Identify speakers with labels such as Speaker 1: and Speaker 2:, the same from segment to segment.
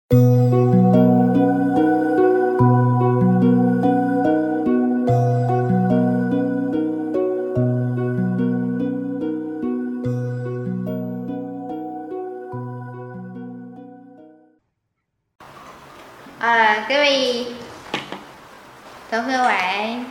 Speaker 1: 各位同学晚安。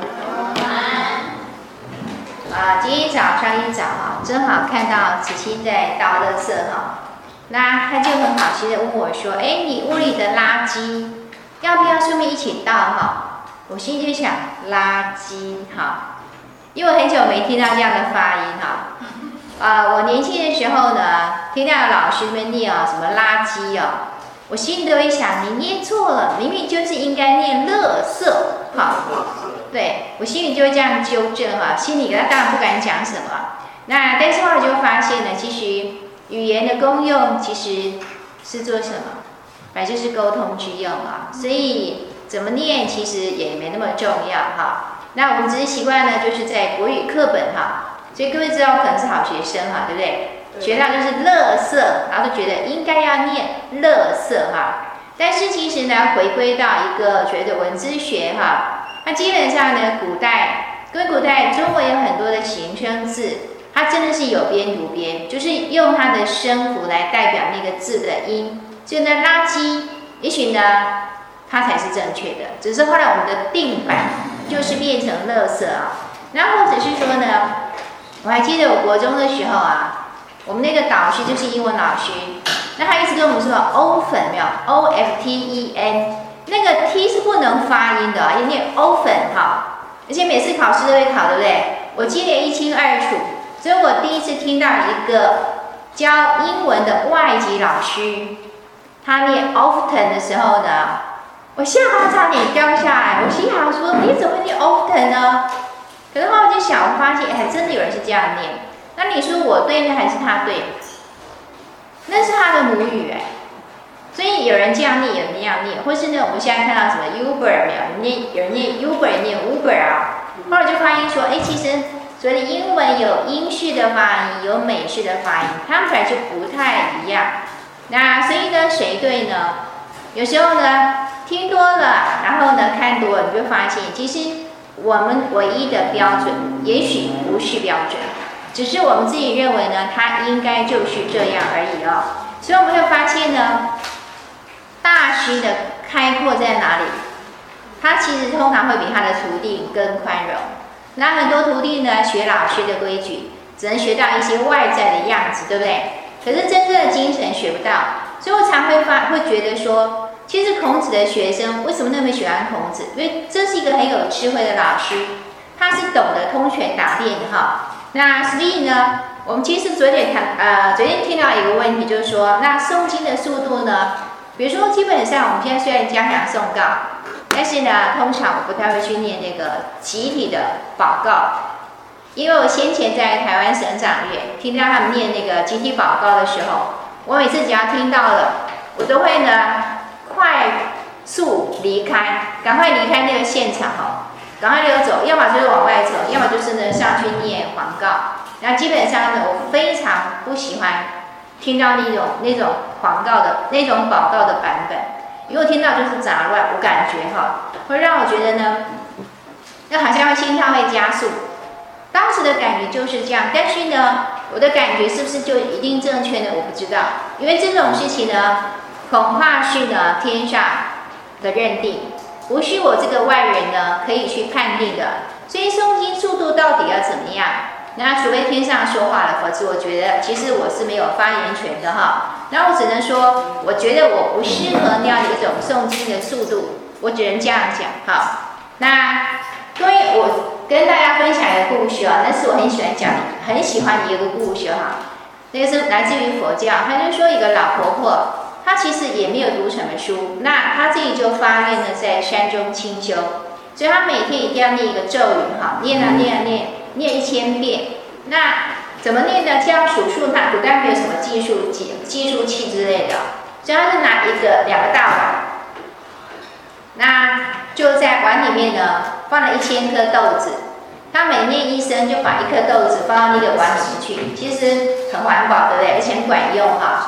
Speaker 1: 今天早上一早正好看到子欣在倒垃圾那他就很好心的问我说：“你屋里的垃圾要不要顺便一起倒我心里就想垃圾因为我很久没听到这样的发音我年轻的时候呢，听到老师们念什么垃圾我心里都会想，你念错了，明明就是应该念垃圾对，我心里就会这样纠正心里当然不敢讲什么。但是后来就发现呢，其实语言的功用其实是做什么？本来就是沟通之用所以怎么念其实也没那么重要那我们只是习惯呢，就是在国语课本所以各位知道我可能是好学生对不对？学到就是垃圾，然后就觉得应该要念垃圾但是其实呢，回归到一个所谓的文字学那基本上呢，古代中文有很多的形声字，它真的是有边读边，就是用它的声符来代表那个字的音。所以呢，垃圾也许呢它才是正确的，只是后来我们的定版就是变成垃圾然后或者是说呢，我还记得我国中的时候我们那个导师就是英文老师，那他一直跟我们说 often 没有 often， 那个 t 是不能发音的要念 often 而且每次考试都会考，对不对？我记得一清二楚。所以我第一次听到一个教英文的外籍老师，他念 often 的时候呢，我下巴差点掉下来。我心想说，你怎么会念 often 呢？可是后来就想，我发现还真的有人是这样念。那你说我对呢，还是他对？那是他的母语所以有人这样念，有人那样念，或是呢，我们现在看到什么 Uber 没有？有人念 Uber， 有人念 Uber 后来就发现说，其实所谓的英文有英式的发音，有美式的发音，它们本来就不太一样。那所以呢，谁对呢？有时候呢，听多了，然后呢，看多了，你就发现，其实我们唯一的标准，也许不是标准。只是我们自己认为呢，它应该就是这样而已所以我们会发现呢，大师的开阔在哪里？他其实通常会比他的徒弟更宽容。那很多徒弟呢，学老师的规矩，只能学到一些外在的样子，对不对？可是真正的精神学不到。所以我常会觉得说，其实孔子的学生为什么那么喜欢孔子？因为这是一个很有智慧的老师，他是懂得通权达变的那所以呢，我们其实昨天听到一个问题，就是说，那诵经的速度呢？比如说，基本上我们现在虽然加强诵告，但是呢，通常我不太会去念那个集体的祷告，因为我先前在台湾省长院听到他们念那个集体祷告的时候，我每次只要听到了，我都会呢快速离开，赶快离开那个现场赶快溜走，要么就是往外走，要么就是呢上去念祷告。然后基本上呢，我非常不喜欢听到那种祷告的那种祷告的版本，因为我听到就是杂乱，我感觉会让我觉得呢，那好像心跳会加速。当时的感觉就是这样，但是呢，我的感觉是不是就一定正确呢？我不知道，因为这种事情呢，恐怕是呢天上的认定。不是我这个外人呢可以去判定的，所以诵经速度到底要怎么样？那除非天上说话了，否则我觉得其实我是没有发言权的那我只能说，我觉得我不适合那样的一种诵经的速度，我只能这样讲那各位，我跟大家分享一个故事那是我很喜欢讲、很喜欢的一个故事那个是来自于佛教，他就说一个老婆婆。他其实也没有读什么书，那他自己就发愿呢，在山中清修，所以他每天一定要念一个咒语念1000遍。那怎么念呢？这样数数，他古代没有什么计数器之类的，所以他是拿2个大碗，那就在碗里面呢放了1000颗豆子，他每念一声就把1颗豆子放到那个碗里面去，其实很环保，对不对？而且很管用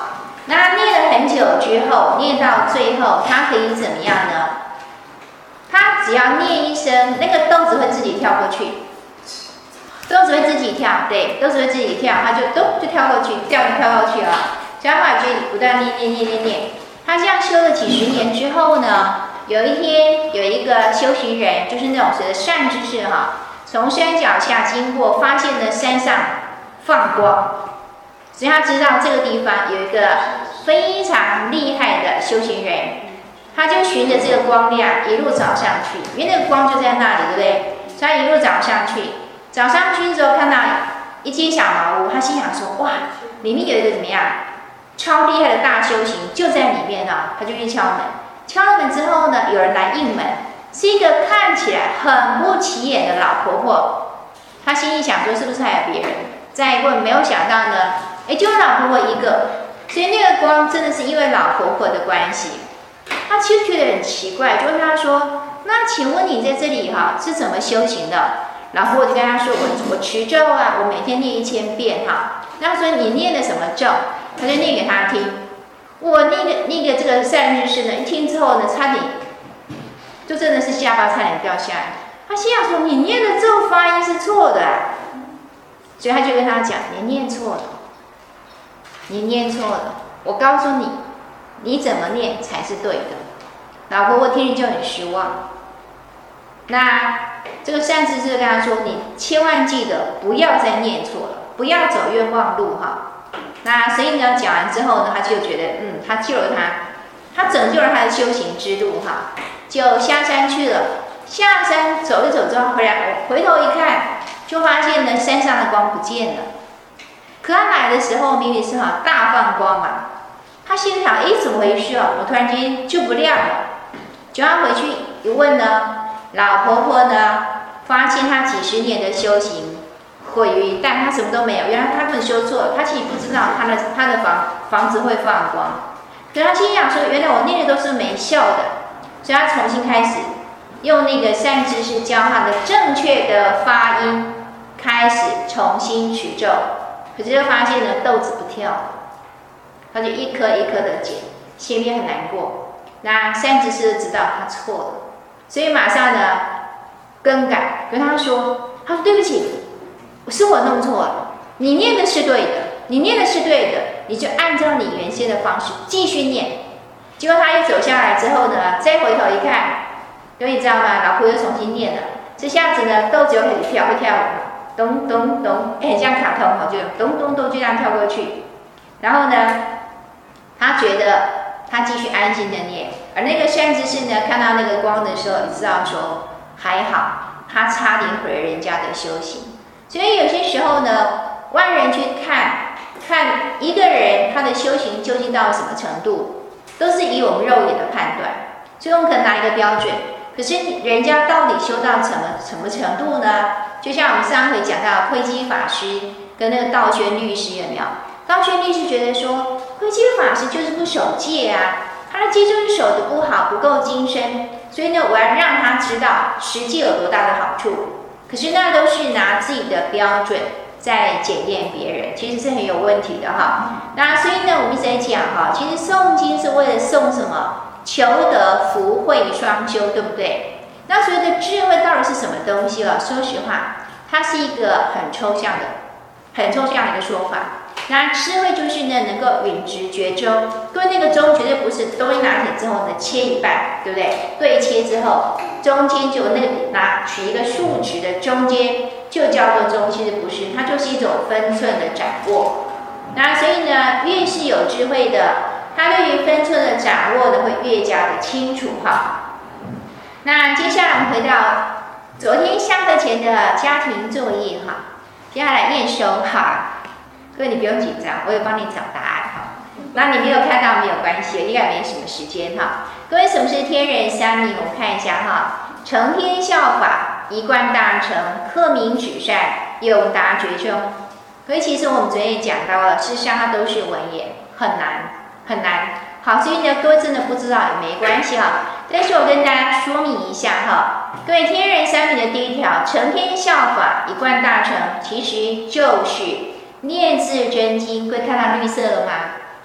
Speaker 1: 那念了很久之后，念到最后，它可以怎么样呢？它只要念一声，那个豆子会自己跳过去，豆子会自己跳，对，豆子会自己跳，它就跳过去，跳过去啊。所以它就不断念。它这样修了几十年之后呢，有一天有一个修行人，就是那种所谓的善知识哈，从山脚下经过，发现了山上放光，所以他知道这个地方有一个非常厉害的修行人，他就循着这个光亮一路找上去，因为那个光就在那里，对不对？所以他一路找上去，找上去之后看到一间小茅屋，他心想说：哇，里面有一个怎么样超厉害的大修行就在里面啊！他就去敲门，敲了门之后呢，有人来应门，是一个看起来很不起眼的老婆婆。他心里想说，是不是还有别人？再一问，没有想到呢，就有老婆婆一个。所以那个光真的是因为老婆婆的关系。他其实觉得很奇怪，就问他说：那请问你在这里是怎么修行的？老婆婆就跟他说：我持咒啊，我每天念1000遍哈。那他说你念的什么咒？他就念给他听。我这个善知识呢，一听之后呢，差点就真的是下巴差点掉下来。他心想说：你念的咒发音是错的啊。所以他就跟他讲：你念错了，你念错了。我告诉你，你怎么念才是对的。老婆婆听了就很失望。那这个善知识跟他说：你千万记得不要再念错了，不要走冤枉路哈。那所以呢，讲完之后呢，他就觉得他救了他拯救了他的修行之路哈，就下山去了。下山走着走着回头一看，就发现呢山上的光不见了。可他来的时候明明是大放光嘛，他心想：怎么回事我突然间就不亮了。就他回去一问呢，老婆婆呢发现他几十年的修行毁于一旦，他什么都没有。原来他根本修错了，他其实不知道他的房子会放光。可是他心想说：原来我念的都是没效的，所以他重新开始用那个善知识教他的正确的发音，开始重新持咒。可是就发现呢，豆子不跳，他就一颗一颗的捡，心里很难过。那善知识知道他错了，所以马上呢更改，跟他说：对不起，是我弄错了，你念的是对的，你就按照你原先的方式继续念。结果他一走下来之后呢，再回头一看，因为你知道吗？老婆又重新念了，这下子呢豆子又开始跳，会跳舞，咚咚咚，很像卡通就咚咚咚就这样跳过去。然后呢，他觉得他继续安心的念，而那个善知識呢，看到那个光的时候，你知道说还好，他差点毁了人家的修行。所以有些时候呢，外人去看一个人他的修行究竟到什么程度，都是以我们肉眼的判断，所以我们可能拿一个标准。可是人家到底修到什么程度呢？就像我们上回讲到慧基法师跟那个道宣律师有没有？道宣律师觉得说，慧基法师就是不守戒啊，他的戒就是守得不好，不够精深，所以呢，我要让他知道实际有多大的好处。可是那都是拿自己的标准在检验别人，其实是很有问题的哈。那所以呢，我们一直在讲其实诵经是为了诵什么？求得福慧双修，对不对？那所谓的智慧到底是什么东西说实话，它是一个很抽象的一个说法。那智慧就是呢，能够允直觉中，对那个中绝对不是东西拿起之后呢切一半，对不对？对切之后，中间就取一个竖直的中间，就叫做中，其实不是，它就是一种分寸的掌握。那所以呢，越是有智慧的，他对于分寸的掌握呢，会越加的清楚哈。那接下来我们回到昨天下课前的家庭作业哈，接下来验收哈。各位你不用紧张，我有帮你找答案哈。那你没有看到没有关系，应该没什么时间哈。各位，什么是天人三明？我们看一下哈。承天效法，一贯大成，克明止善，永达觉中。所以其实我们昨天也讲到了，事实上它都是文言，很难。好，所以呢，各位真的不知道也没关系哈。但是我跟大家说明一下哈，各位天人三明的第一条，承天效法，一贯大成，其实就是念字真经。各位看到绿色了吗？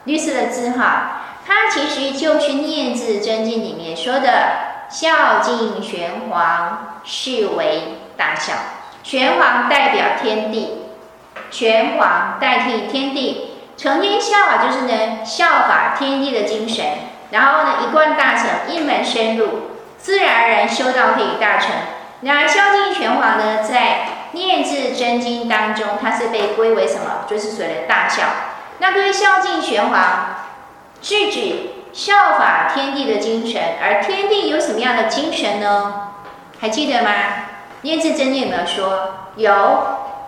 Speaker 1: 绿色的字哈，它其实就是《廿字真经》里面说的“孝敬玄黄，是为大孝”。玄黄代表天地，玄黄代替天地，承天效法就是呢效法天地的精神，然后呢一贯大成，一门深入，自然而然修道可以大成。那孝敬玄黄呢，在《廿字真经》当中，它是被归为什么？就是所谓的大孝。那对于孝敬玄黄，是指效法天地的精神，而天地有什么样的精神呢？还记得吗？《廿字真经》有没有说？有，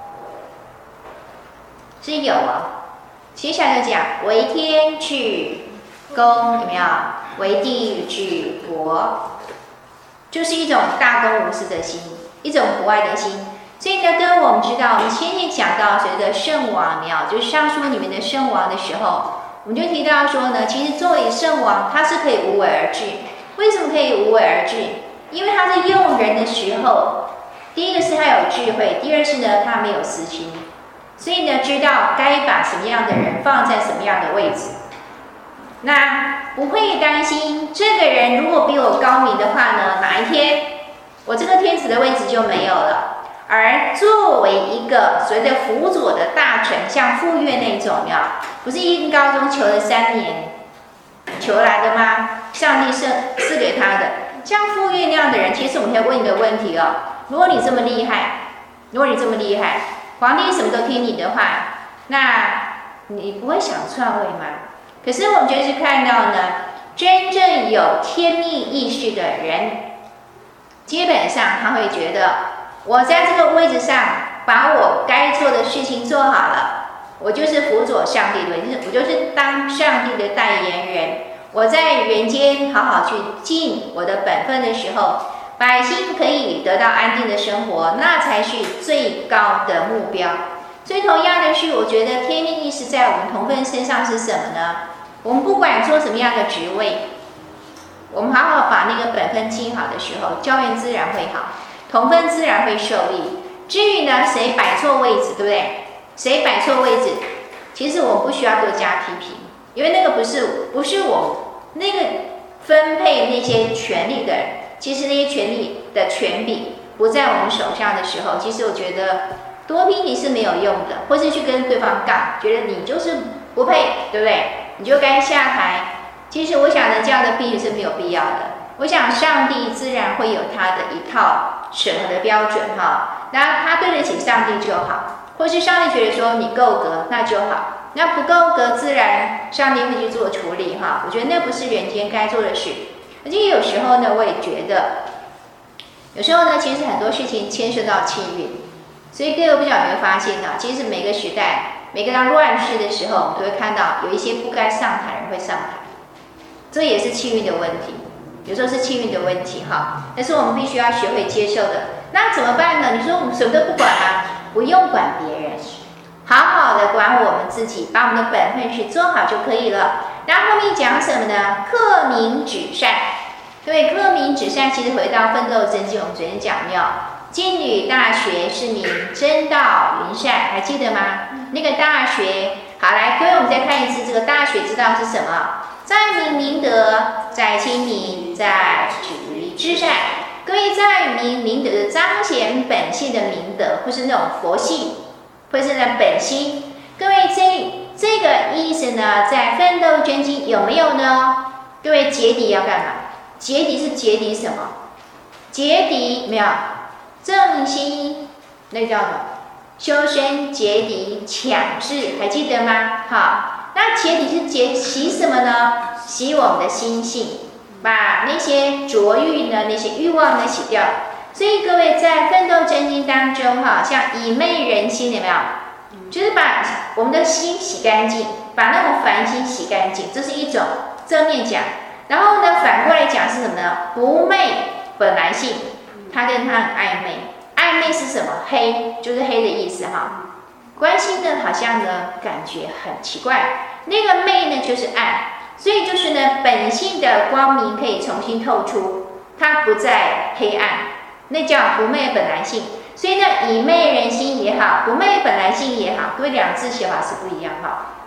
Speaker 1: 是有啊。接下来就讲为天之公，有没有？为地之国，就是一种大公无私的心，一种博爱的心。所以呢，跟我们知道，我们前面讲到所谓的圣王，没有，就是上书里面的圣王的时候，我们就提到说呢，其实作为圣王，他是可以无为而治。为什么可以无为而治？因为他在用人的时候，第一个是他有智慧，第二是呢，他没有私心，所以呢，知道该把什么样的人放在什么样的位置。那不会担心这个人如果比我高明的话呢，哪一天我这个天子的位置就没有了。而作为一个所谓的辅佐的大臣，像傅说那种，有没有？不是一高中求了3年求来的吗？上帝赐给他的。像傅说那样的人，其实我们可以问一个问题哦：如果你这么厉害，皇帝什么都听你的话，那你不会想篡位吗？可是我们就是看到呢，真正有天命意识的人，基本上他会觉得，我在这个位置上把我该做的事情做好了，我就是辅佐上帝的，我就是当上帝的代言人。我在人间好好去尽我的本分的时候，百姓可以得到安定的生活，那才是最高的目标。所以同样的是，我觉得天命意识在我们同分身上是什么呢？我们不管做什么样的职位，我们好好把那个本分尽好的时候，教员自然会好，同分自然会受益。至于呢，谁摆错位置，对不对？谁摆错位置，其实我们不需要多加批评，因为那个不是我那个分配那些权利的人，其实那些权利的权柄不在我们手上的时候，其实我觉得多批评是没有用的，或是去跟对方杠，觉得你就是不配，对不对？你就该下台。其实我想呢，这样的批评是没有必要的。我想上帝自然会有他的一套审核的标准哈，那他对得起上帝就好，或是上帝觉得说你够格那就好，那不够格自然上帝会去做处理哈。我觉得那不是人间该做的事。而且有时候呢，我也觉得，有时候呢，其实很多事情牵涉到气运，所以各位不知道有没有发现呢？其实每个时代，每个当乱世的时候，我们都会看到有一些不该上台的人会上台，这也是气运的问题。有时候是气运的问题哈，但是我们必须要学会接受的。那怎么办呢？你说我们什么都不管吗？不用管别人，好好的管我们自己，把我们的本分事做好就可以了。那后面讲什么呢？克明止善。对，克明止善，其实回到奋斗真经，我们昨天讲没有？净履大学是名真道云善，还记得吗？那个大学，好来，各位我们再看一次这个大学，知道是什么？在明明德，在亲民，在至善。各位在明明德的彰显本性的明德，或是那种佛性，或是那本心。各位这个意思呢，在奋斗真经有没有呢？各位结敌要干嘛？结敌是结敌什么？结敌没有正心，那叫什么？修身结敌强志，还记得吗？好。那结敌是洗什么呢？洗我们的心性，把那些浊欲呢、那些欲望呢洗掉。所以各位在奋斗真经当中哈，像以媚人心，有没有？就是把我们的心洗干净，把那种烦心洗干净，这是一种正面讲。然后呢，反过来讲是什么呢？不昧本来性，它跟它很暧昧。暧昧是什么？黑，就是黑的意思哈。关系呢，好像呢感觉很奇怪。那个昧呢，就是暗，所以就是呢，本性的光明可以重新透出，它不再黑暗，那叫不昧本来性。所以呢，以昧人心也好，不昧本来性也好，各位两字写法是不一样哈。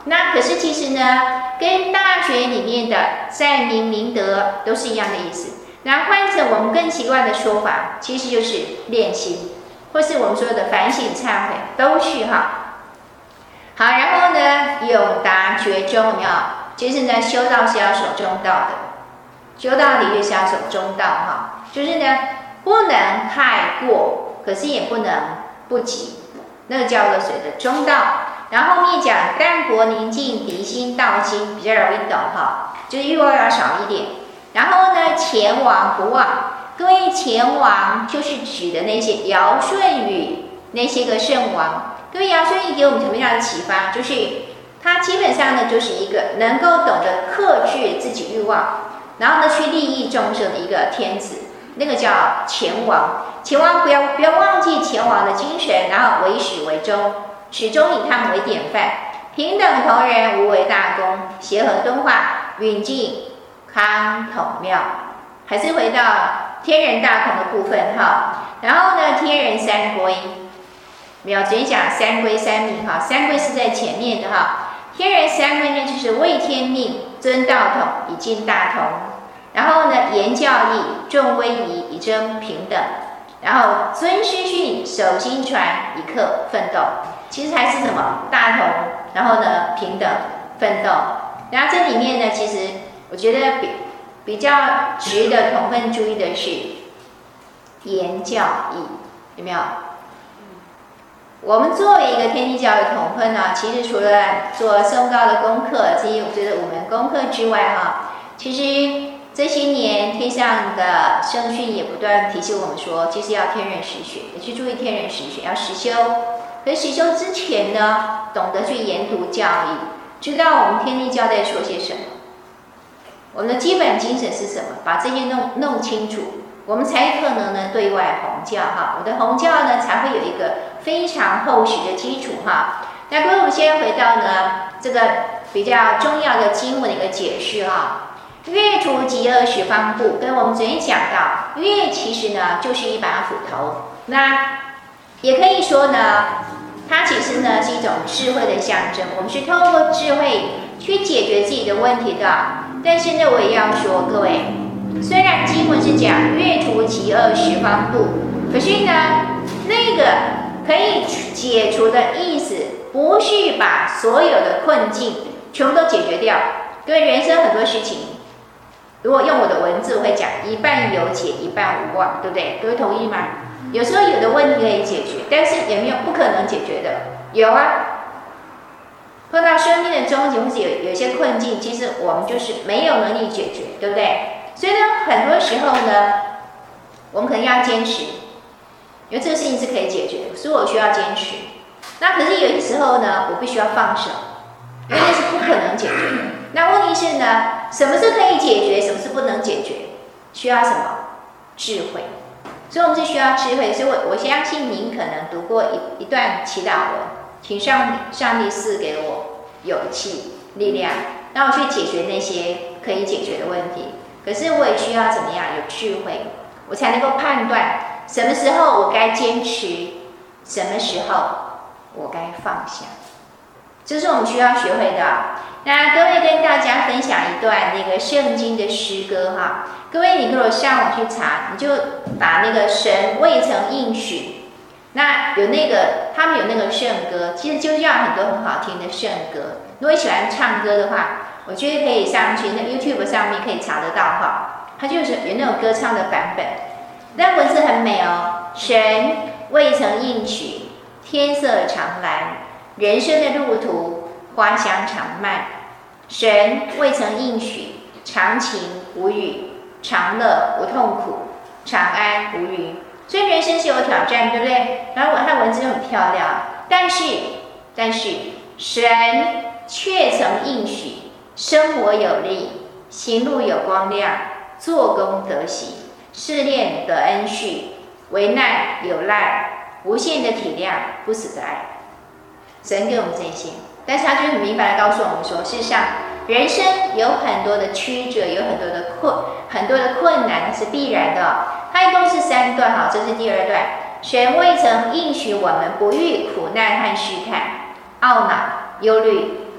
Speaker 1: 那可是其实呢，跟大学里面的在明明德都是一样的意思。那换成我们更习惯的说法，其实就是练心，或是我们说的反省忏悔，都是哈。好，然后呢，永达绝中有没有？其实呢，修道是要守中道的，修道的确是要守中道哈，就是呢，不能太过，可是也不能不及，那个叫做所谓的中道。然后后面讲淡泊宁静，离心道心，比较容易懂哈，就是欲望要少一点。然后呢，前王不忘，各位前王就是指的那些尧舜禹那些个圣王。各位尧舜禹给我们什么样的启发？就是他基本上呢，就是一个能够懂得克制自己欲望，然后呢去利益众生的一个天子，那个叫前王。前王不要忘记前王的精神，然后为始为终，始终以他们为典范，平等同仁，无为大公，协和敦化，允静康统妙。还是回到天人大同的部分哈。然后呢，天人三归，没有，只讲三归三命哈，三归是在前面的哈。天人三归呢，就是为天命，尊道统，以敬大同。然后呢，言教义，重威仪，以争平等。然后尊师训，守心传，以克奋斗。其实还是什么大同，然后呢平等奋斗。然后这里面呢，其实我觉得比较值得同分注意的是言教义，有没有？我们作为一个天地教育同分呢，其实除了做诵诰的功课这些我觉得5门功课之外哈，其实这些年天上的圣训也不断提醒我们说，其实要天人实学，也去注意天人实学，要实修。可是实修之前呢，懂得去研读教义，知道我们天地教在说些什么，我们的基本精神是什么，把这些弄清楚，我们才可能呢对外弘教哈。我的弘教呢才会有一个非常厚实的基础哈。那各位，我们先回到呢这个比较重要的经文的一个解释哈。月除极恶十方部，跟我们昨天讲到，月其实呢就是一把斧头，那也可以说呢，它其实呢是一种智慧的象征。我们是透过智慧去解决自己的问题的。但是呢，我也要说，各位，虽然经文是讲月除极恶十方部，可是呢，那个可以解除的意思，不是把所有的困境全部都解决掉。各位，人生很多事情，如果用我的文字，我会讲一半有解，一半无望，对不对？各位同意吗？有时候有的问题可以解决，但是也没有不可能解决的，有啊。碰到生命的终结，或者有一些困境，其实我们就是没有能力解决，对不对？所以呢，很多时候呢，我们可能要坚持，因为这个事情是可以解决的，所以我需要坚持。那可是有些时候呢，我必须要放手，因为那是不可能解决的。那问题是呢，什么是可以解决，什么是不能解决？需要什么？智慧。所以我们是需要智慧。所以我相信您可能读过一段祈祷文，请上帝赐给我勇气、力量，让我去解决那些可以解决的问题。可是我也需要怎么样？有智慧，我才能够判断什么时候我该坚持，什么时候我该放下。这是我们需要学会的。那各位跟大家分享一段那个圣经的诗歌哈。各位，你如果上网去查，你就打那个神未曾应许，那有那个他们有那个圣歌，其实就这样很多很好听的圣歌。如果你喜欢唱歌的话，我觉得可以上去那 YouTube 上面可以查得到哈。它就是有那种歌唱的版本，那文字很美哦。神未曾应许，天色常蓝，人生的路途花香常漫。神未曾应许，常晴无雨，常乐无痛苦，常安无虞。所以人生是有挑战，对不对？然后它文字很漂亮，但是神却曾应许，生活有力，行路有光亮，做工得喜，试炼得恩恤，危难有赖，无限的体谅，不死的爱。神给我们这些，但是他就很明白的告诉我们说，事实上人生有很多的曲折，有很多的困难是必然的。它一共是3段哈，这是第2段。神未曾应许我们不遇苦难和试探，懊恼、忧虑，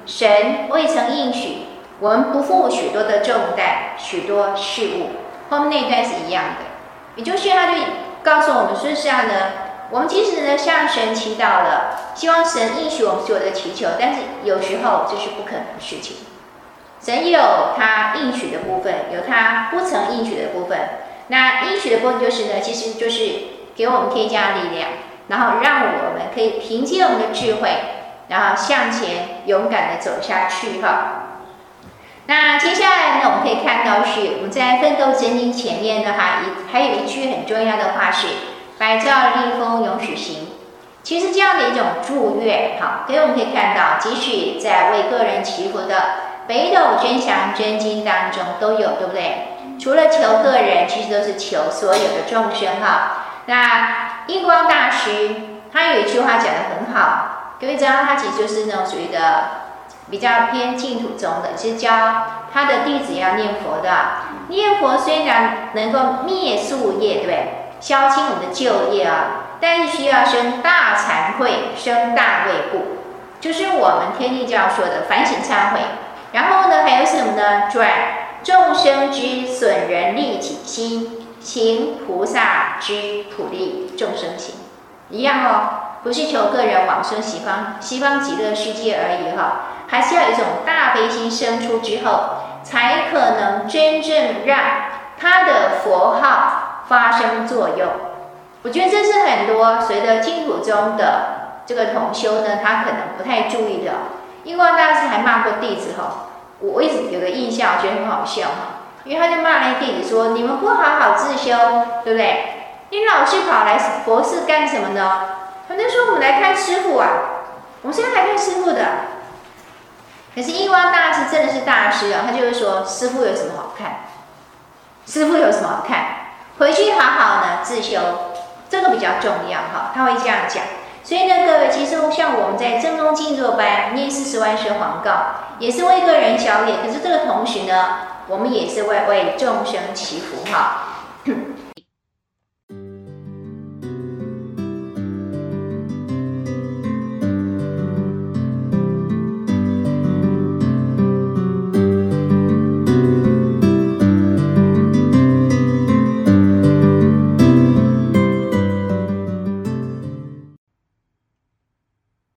Speaker 1: 神未曾应许我们不负许多的重担，许多事物。后面那一段是一样的，也就是他就告诉我们，事实上呢，我们即使呢向神祈祷了，希望神应许我们所有的祈求，但是有时候这是不可能的事情。神有他应许的部分，有他不曾应许的部分。那应许的部分就是呢，其实就是给我们添加力量，然后让我们可以凭借我们的智慧，然后向前勇敢的走下去哈。那接下来呢，我们可以看到是我们在奋斗真经前面呢，还有一句很重要的话是“百照立风，永始行”。其实这样的一种祝愿，好，所以我们可以看到，即使在为个人祈福的北斗真祥真经当中都有，对不对？除了求个人，其实都是求所有的众生哈。那印光大师他有一句话讲得很好，各位知道他其实就是那种属于的比较偏净土宗的，是教他的弟子要念佛的。念佛虽然能够灭宿业，对不对？消清我们的旧业啊，但是需要生大惭愧，生大畏怖，就是我们天地教说的反省忏悔。然后呢，还有什么呢？转众生之损人利己心，行菩萨之普利众生行。一样哦，不是求个人往生西方极乐世界而已哈，还是要有一种大悲心生出之后，才可能真正让他的佛号发生作用。我觉得这是很多随着净土宗的这个同修呢，他可能不太注意的。印光大师还骂过弟子哈，我一直有个印象，我觉得很好笑哈，因为他就骂那些弟子说：“你们不好好自修，对不对？你老是跑来佛寺干什么呢？”他就说：“我们来看师父啊，我们是要来看师父的。”可是印光大师真的是大师啊，他就会说：“师父有什么好看？师父有什么好看？回去好好呢自修，这个比较重要哈。”他会这样讲。所以呢，各位，其实像我们在正宗静坐班念40万声黄告，也是为个人消业，可是这个同时呢，我们也是为众生祈福哈。